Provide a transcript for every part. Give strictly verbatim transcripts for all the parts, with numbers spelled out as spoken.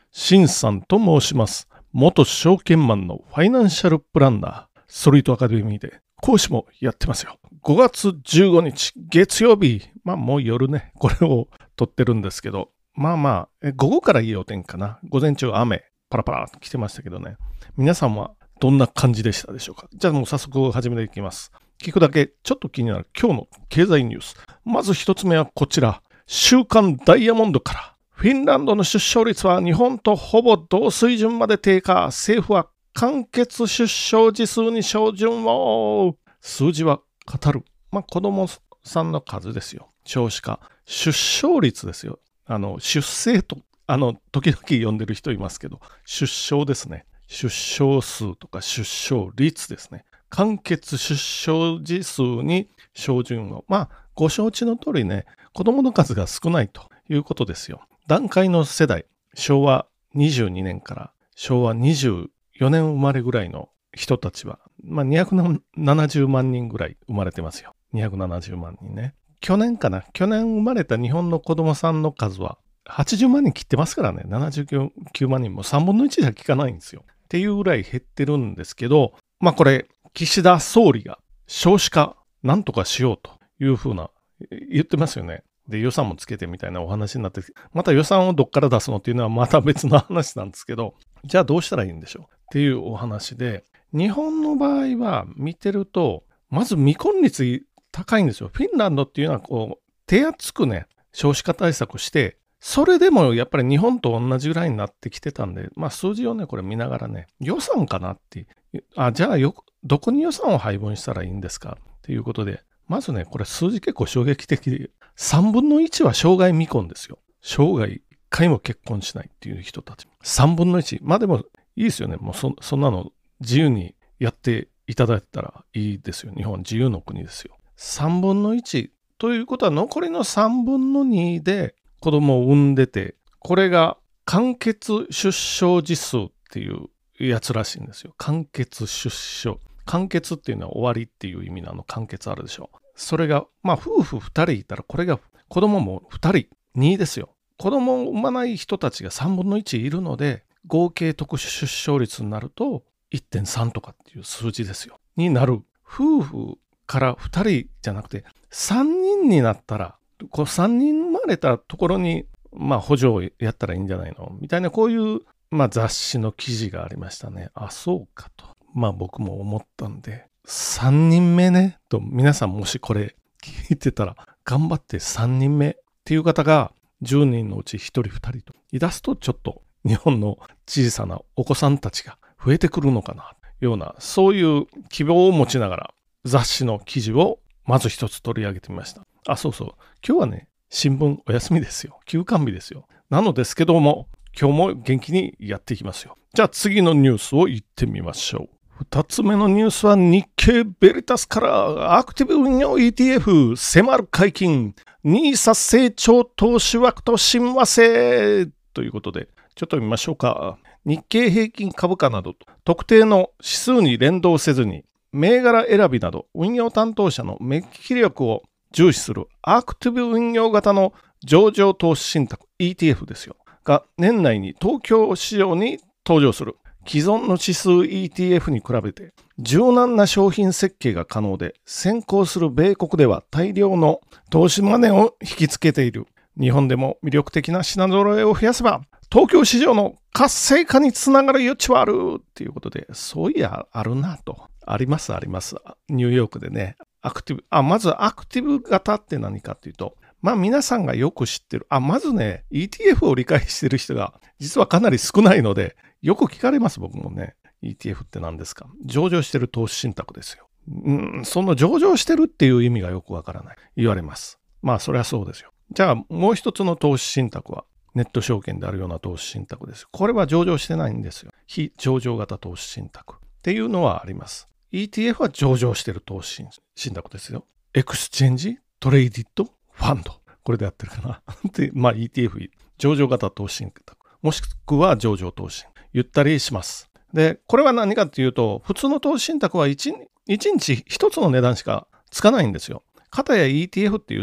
しんさんと申します。元証券マンのファイナンシャルプランナー、ストリートアカデミーで講師もやってますよ。ごがつじゅうごにち月曜日、まあもう夜ね、これを撮ってるんですけど、まあまあ、午後からいいお天気かな。午前中雨、パラパラと来てましたけどね。皆さんはどんな感じでしたでしょうか。じゃあもう早速始めていきます。聞くだけちょっと気になる今日の経済ニュース。まず一つ目はこちら。週刊ダイヤモンドから。フィンランドの出生率は日本とほぼ同水準まで低下。政府は間欠出生児数に照準を。数字は語る。まあ子供さんの数ですよ。少子化。出生率ですよ。あの、出生と、あの、時々読んでる人いますけど、出生ですね。出生数とか出生率ですね。間欠出生児数に照準を。まあ、ご承知の通りね、子供の数が少ないということですよ。段階の世代、しょうわにじゅうにねんからしょうわにじゅうよねん生まれぐらいの人たちは、まあ、にひゃくななじゅうまんにんぐらい生まれてますよ。にひゃくななじゅうまんにんね。去年かな去年生まれた日本の子供さんの数ははちじゅうまんにん切ってますからね。ななじゅうきゅうまんにんもさんぶんのいちじゃ効かないんですよ。っていうぐらい減ってるんですけど、まあこれ、岸田総理が少子化なんとかしようというふうな言ってますよね。で、予算もつけてみたいなお話になって、また予算をどっから出すのっていうのはまた別の話なんですけど、じゃあどうしたらいいんでしょうっていうお話で、日本の場合は見てると、まず未婚率高いんですよ。フィンランドっていうのはこう、手厚くね、少子化対策して、それでもやっぱり日本と同じぐらいになってきてたんで、まあ数字をね、これ見ながらね、予算かなって、あ、じゃあよ、どこに予算を配分したらいいんですかっていうことで、まずね、これ数字結構衝撃的で、さんぶんのいちは生涯未婚ですよ。生涯いっかいも結婚しないっていう人たち。さんぶんのいち。まあでもいいですよね。もう そ, そんなの自由にやっていただいたらいいですよ。日本自由の国ですよ。さんぶんのいちということは残りのさんぶんのにで子供を産んでて、これが間欠出生児数っていうやつらしいんですよ。間欠出生。間欠っていうのは終わりっていう意味のあの間欠あるでしょ。それが、まあ夫婦ふたりいたらこれが子供もふたり、にですよ。子供を産まない人たちがさんぶんのいちいるので、合計特殊出生率になると いってんさん とかっていう数字ですよ。になる。夫婦からふたりじゃなくてさんにんになったら、こうさんにん生まれたところに、まあ補助をやったらいいんじゃないのみたいなこういう、まあ、雑誌の記事がありましたね。あ、そうかと。まあ僕も思ったんで、さんにんめね、と皆さんもしこれ聞いてたら、頑張ってさんにんめっていう方がじゅうにんのうちひとりふたりと言い出すと、ちょっと日本の小さなお子さんたちが増えてくるのかな、ような、そういう希望を持ちながら雑誌の記事をまず一つ取り上げてみました。あ、そうそう。今日はね、新聞お休みですよ。休刊日ですよ。なのですけども、今日も元気にやっていきますよ。じゃあ次のニュースを言ってみましょう。二つ目のニュースは日経ベリタスからアクティブ運用 イーティーエフ 迫る解禁 ニーサ 成長投資枠と親和性ということでちょっと見ましょうか。日経平均株価など特定の指数に連動せずに銘柄選びなど運用担当者の目利き力を重視するアクティブ運用型の上場投資信託 イーティーエフ ですよが年内に東京市場に登場する。既存の指数 イーティーエフ に比べて柔軟な商品設計が可能で先行する米国では大量の投資マネーを引きつけている。日本でも魅力的な品揃えを増やせば東京市場の活性化につながる余地はあるっていうことで、そういやあるなと。ありますあります。ニューヨークでね、アクティブ、あ、まずアクティブ型って何かっていうと、まあ皆さんがよく知ってる、あ、まずね、イーティーエフ を理解している人が実はかなり少ないので、よく聞かれます、僕もね。イーティーエフ って何ですか？上場してる投資信託ですよ。うん、その上場してるっていう意味がよくわからない。言われます。まあそりゃそうですよ。じゃあもう一つの投資信託は、ネット証券であるような投資信託です。これは上場してないんですよ。非上場型投資信託っていうのはあります。イーティーエフ は上場してる投資信託ですよ。エクスチェンジトレイディッドファンド。これでやってるかなで、まあ イーティーエフ、上場型投資信託。もしくは上場投資。言ったりします。で、これは何かというと、普通の投資信託は 1, 1日ひとつの値段しかつかないんですよ。かたや イーティーエフ っていう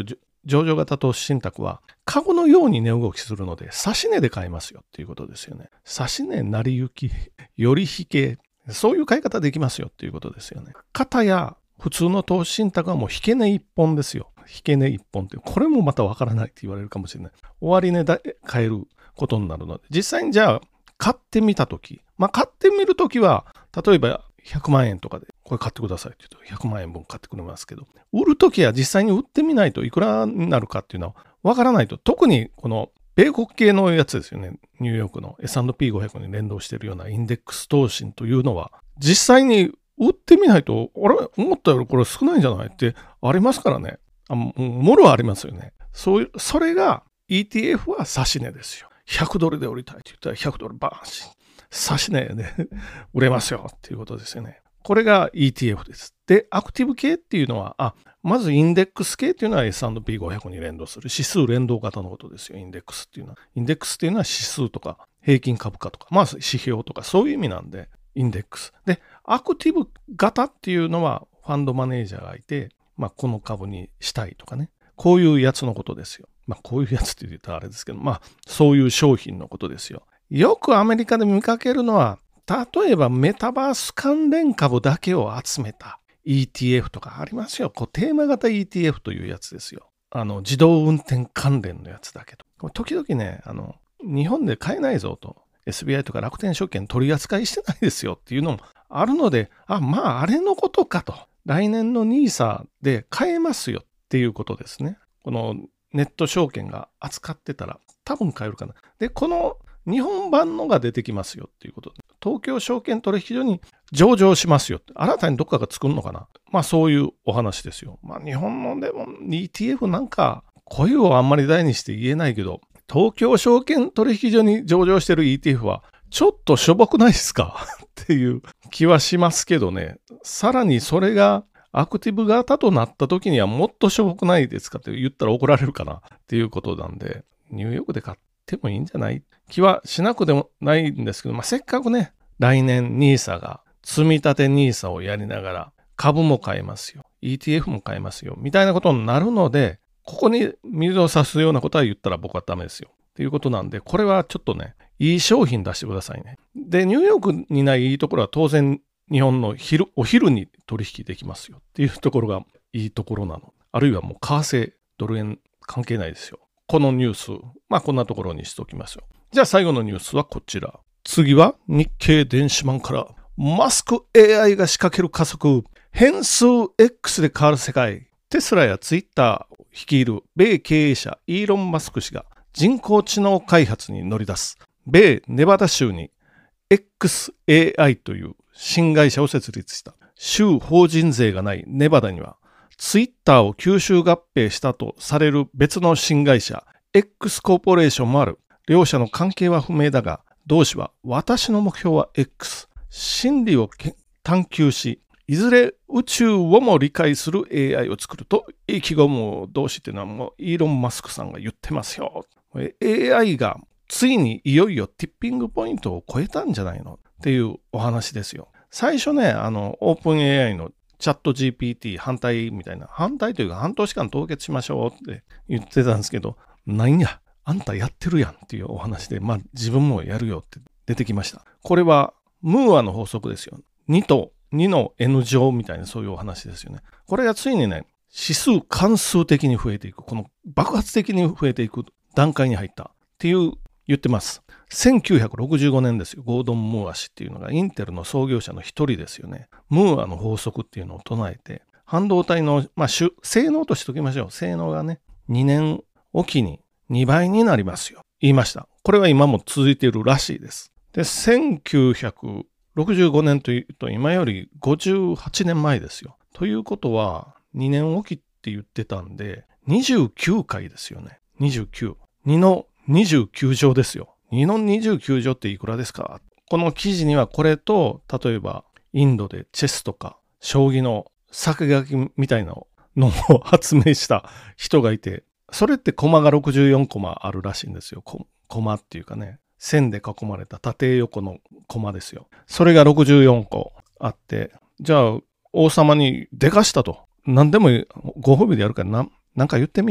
上場型投資信託は株のように値動きするので、指し値で買えますよっていうことですよね。指し値、成り行き、より引け、そういう買い方できますよっていうことですよね。片や普通の投資信託はもう引け値一本ですよ。引け値一本って、これもまたわからないって言われるかもしれない。終値で買えることになるので、実際にじゃあ買ってみたとき、まあ買ってみるときは、例えばひゃくまんえんとかでこれ買ってくださいって言うとひゃくまんえんぶん買ってくれますけど、売るときは実際に売ってみないといくらになるかっていうのはわからないと、特にこの米国系のやつですよね。ニューヨークの エスアンドピーごひゃく に連動しているようなインデックス投信というのは、実際に売ってみないと、あれ思ったよりこれ少ないんじゃないってありますからね。あもろはありますよね。そういう、それが イーティーエフ は指し値ですよ。ひゃくドルで売りたいって言ったらひゃくドルバーンし、指し値で売れますよっていうことですよね。これが イーティーエフ です。で、アクティブ系っていうのは、あ、まずインデックス系っていうのは エスアンドピーごひゃく に連動する指数連動型のことですよ。インデックスっていうのは。インデックスっていうのは指数とか平均株価とか、まあ指標とかそういう意味なんで、インデックス。で、アクティブ型っていうのはファンドマネージャーがいて、まあこの株にしたいとかね。こういうやつのことですよ。まあこういうやつって言ったらあれですけど、まあそういう商品のことですよ。よくアメリカで見かけるのは、例えばメタバース関連株だけを集めた イーティーエフ とかありますよ。こうテーマ型 イーティーエフ というやつですよ。あの自動運転関連のやつだけど。時々ね、あの日本で買えないぞと。エスビーアイ とか楽天証券取り扱いしてないですよっていうのもあるので、あ、まああれのことかと。来年の ニーサ で買えますよっていうことですね。このネット証券が扱ってたら多分買えるかな。で、この日本版のが出てきますよっていうことで。東京証券取引所に上場しますよって。新たにどっかが作るのかな。まあそういうお話ですよ。まあ日本のでも イーティーエフ なんか声をあんまり大にして言えないけど、東京証券取引所に上場してる イーティーエフ はちょっとしょぼくないですかっていう気はしますけどね。さらにそれがアクティブ型となった時にはもっとしょぼくないですかって言ったら怒られるかなっていうことなんで、ニューヨークで買ってもいいんじゃない気はしなくでもないんですけど、まあ、せっかくね、来年 ニーサ が積み立て ニーサ をやりながら株も買えますよ。イーティーエフ も買えますよ。みたいなことになるので、ここに水を差すようなことは言ったら僕はダメですよ。っていうことなんで、これはちょっとね、いい商品出してくださいね。で、ニューヨークにないいいところは当然日本の昼、お昼に取引できますよっていうところがいいところなの。あるいはもう為替、ドル円関係ないですよ。このニュース、まあこんなところにしておきますよ。じゃあ最後のニュースはこちら。次は日経電子版から、マスク エーアイ が仕掛ける加速、変数 X で変わる世界。テスラやツイッターを率いる米経営者イーロン・マスク氏が人工知能開発に乗り出す。米ネバダ州に エックスエーアイ という新会社を設立した。州法人税がないネバダには、ツイッターを吸収合併したとされる別の新会社 X コーポレーションもある。両者の関係は不明だが、同氏は私の目標は X。真理を探求し、いずれ宇宙をも理解する エーアイ を作ると意気込む同士っていうのはもうイーロン・マスクさんが言ってますよ。エーアイ がついにいよいよティッピングポイントを超えたんじゃないのっていうお話ですよ。最初ね、あの、オープン エーアイ のチャット ジーピーティー 反対みたいな、反対というか半年間凍結しましょうって言ってたんですけど、なんや、あんたやってるやんっていうお話で、まあ自分もやるよって出てきました。これはムーアの法則ですよ。にとにの N 乗みたいなそういうお話ですよね。これがついにね、指数関数的に増えていく、この爆発的に増えていく段階に入ったっていう言ってます。せんきゅうひゃくろくじゅうごねんですよ。ゴードン・ムーア氏っていうのがインテルの創業者の一人ですよね。ムーアの法則っていうのを唱えて、半導体の、まあ、性能としておきましょう。性能がね、にねんおきににばいになりますよ。言いました。これは今も続いているらしいです。で、せんきゅうひゃくろくじゅうごねんというと今よりごじゅうはちねんまえですよ。ということはにねんおきって言ってたんでにじゅうきゅうかいですよね。にじゅうきゅう。にのにじゅうきゅう乗ですよ。にのにじゅうきゅう乗っていくらですか？この記事にはこれと、例えばインドでチェスとか将棋の作書きみたいなのを発明した人がいて、それってコマがろくじゅうよんコマあるらしいんですよ。コマっていうかね、線で囲まれた縦横のコマですよ。それがろくじゅうよんこあって、じゃあ王様にでかしたと。何でもご褒美でやるからな、なんか言ってみろ。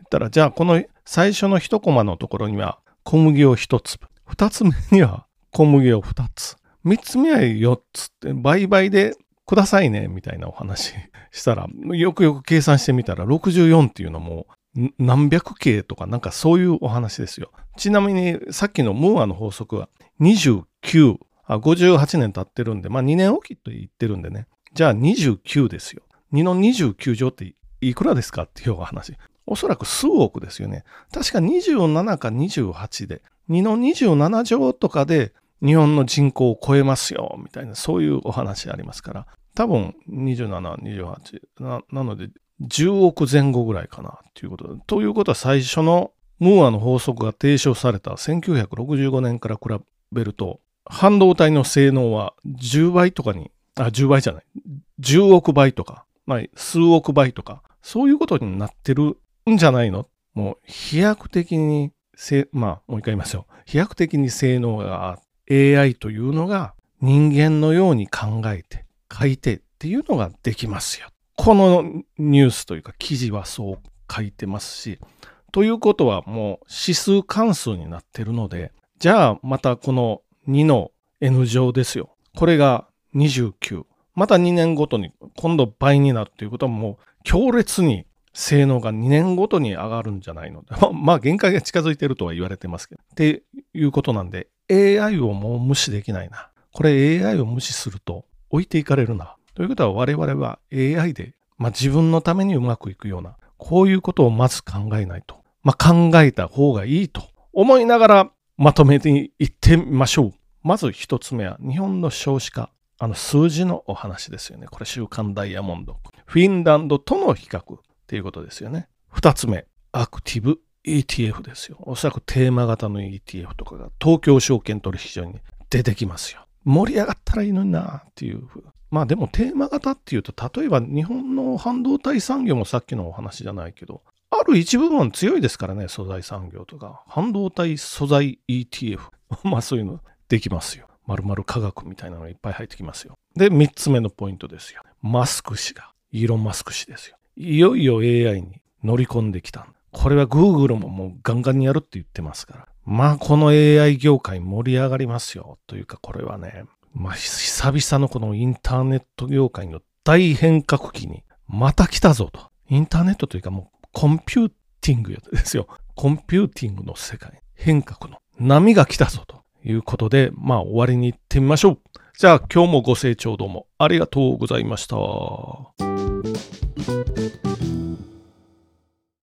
ったら、じゃあこの最初の一コマのところには小麦を一粒、二つ目には小麦を二つ、三つ目は四つって倍々でくださいねみたいなお話したら、よくよく計算してみたらろくじゅうよんっていうのも何百系とかなんかそういうお話ですよ。ちなみにさっきのムーアの法則はにじゅうきゅう、あごじゅうはちねん経ってるんで、まあにねんおきと言ってるんでね。じゃあにじゅうきゅうですよ。にのにじゅうきゅう乗っていくらですかっていうお話。おそらく数億ですよね。確かにじゅうななかにじゅうはちで、にのにじゅうなな乗とかで日本の人口を超えますよ、みたいな、そういうお話ありますから、多分にじゅうなな、にじゅうはち な, なのでじゅうおくぜん後ぐらいかなっていうことで。ということは最初のムーアの法則が提唱されたせんきゅうひゃくろくじゅうごねんから比べると、半導体の性能はじゅうばいとかに、あ、じゅうばいじゃない、じゅうおくばいとか、まあ、数億倍とか、そういうことになってるんじゃないの？もう飛躍的にせ、まあ、もう一回言いますよ。飛躍的に性能があって、エーアイ というのが人間のように考えて書いてっていうのができますよ。このニュースというか記事はそう書いてますし、ということはもう指数関数になってるので、じゃあまたこのにの N 乗ですよ。これがにじゅうきゅう。またにねんごとに今度倍になるということはもう強烈に性能がにねんごとに上がるんじゃないので、まあ限界が近づいてるとは言われてますけど。っていうことなんで、エーアイ をもう無視できないな。これ エーアイ を無視すると置いていかれるな。ということは我々は エーアイ で、まあ、自分のためにうまくいくような、こういうことをまず考えないと。まあ、考えた方がいいと思いながらまとめていってみましょう。まず一つ目は日本の少子化。あの数字のお話ですよね。これ週刊ダイヤモンド。フィンランドとの比較っていうことですよね。二つ目、アクティブイーティーエフ ですよ。おそらくテーマ型の イーティーエフ とかが東京証券取引所に出てきますよ。盛り上がったらいいのになっていう。まあでもテーマ型っていうと、例えば日本の半導体産業もさっきのお話じゃないけど、ある一部分強いですからね、素材産業とか。半導体素材 イーティーエフ。まあそういうのできますよ。丸々科学みたいなのがいっぱい入ってきますよ。で、三つ目のポイントですよ。マスク氏が、イーロン・マスク氏ですよ。いよいよ エーアイ に乗り込んできた。これは Google ももうガンガンにやるって言ってますから。まあこの エーアイ 業界盛り上がりますよ。というかこれはね、まあ久々のこのインターネット業界の大変革期にまた来たぞと。インターネットというかもうコンピューティングですよ。コンピューティングの世界、変革の波が来たぞということで、まあ終わりに行ってみましょう。じゃあ今日もご清聴どうもありがとうございました。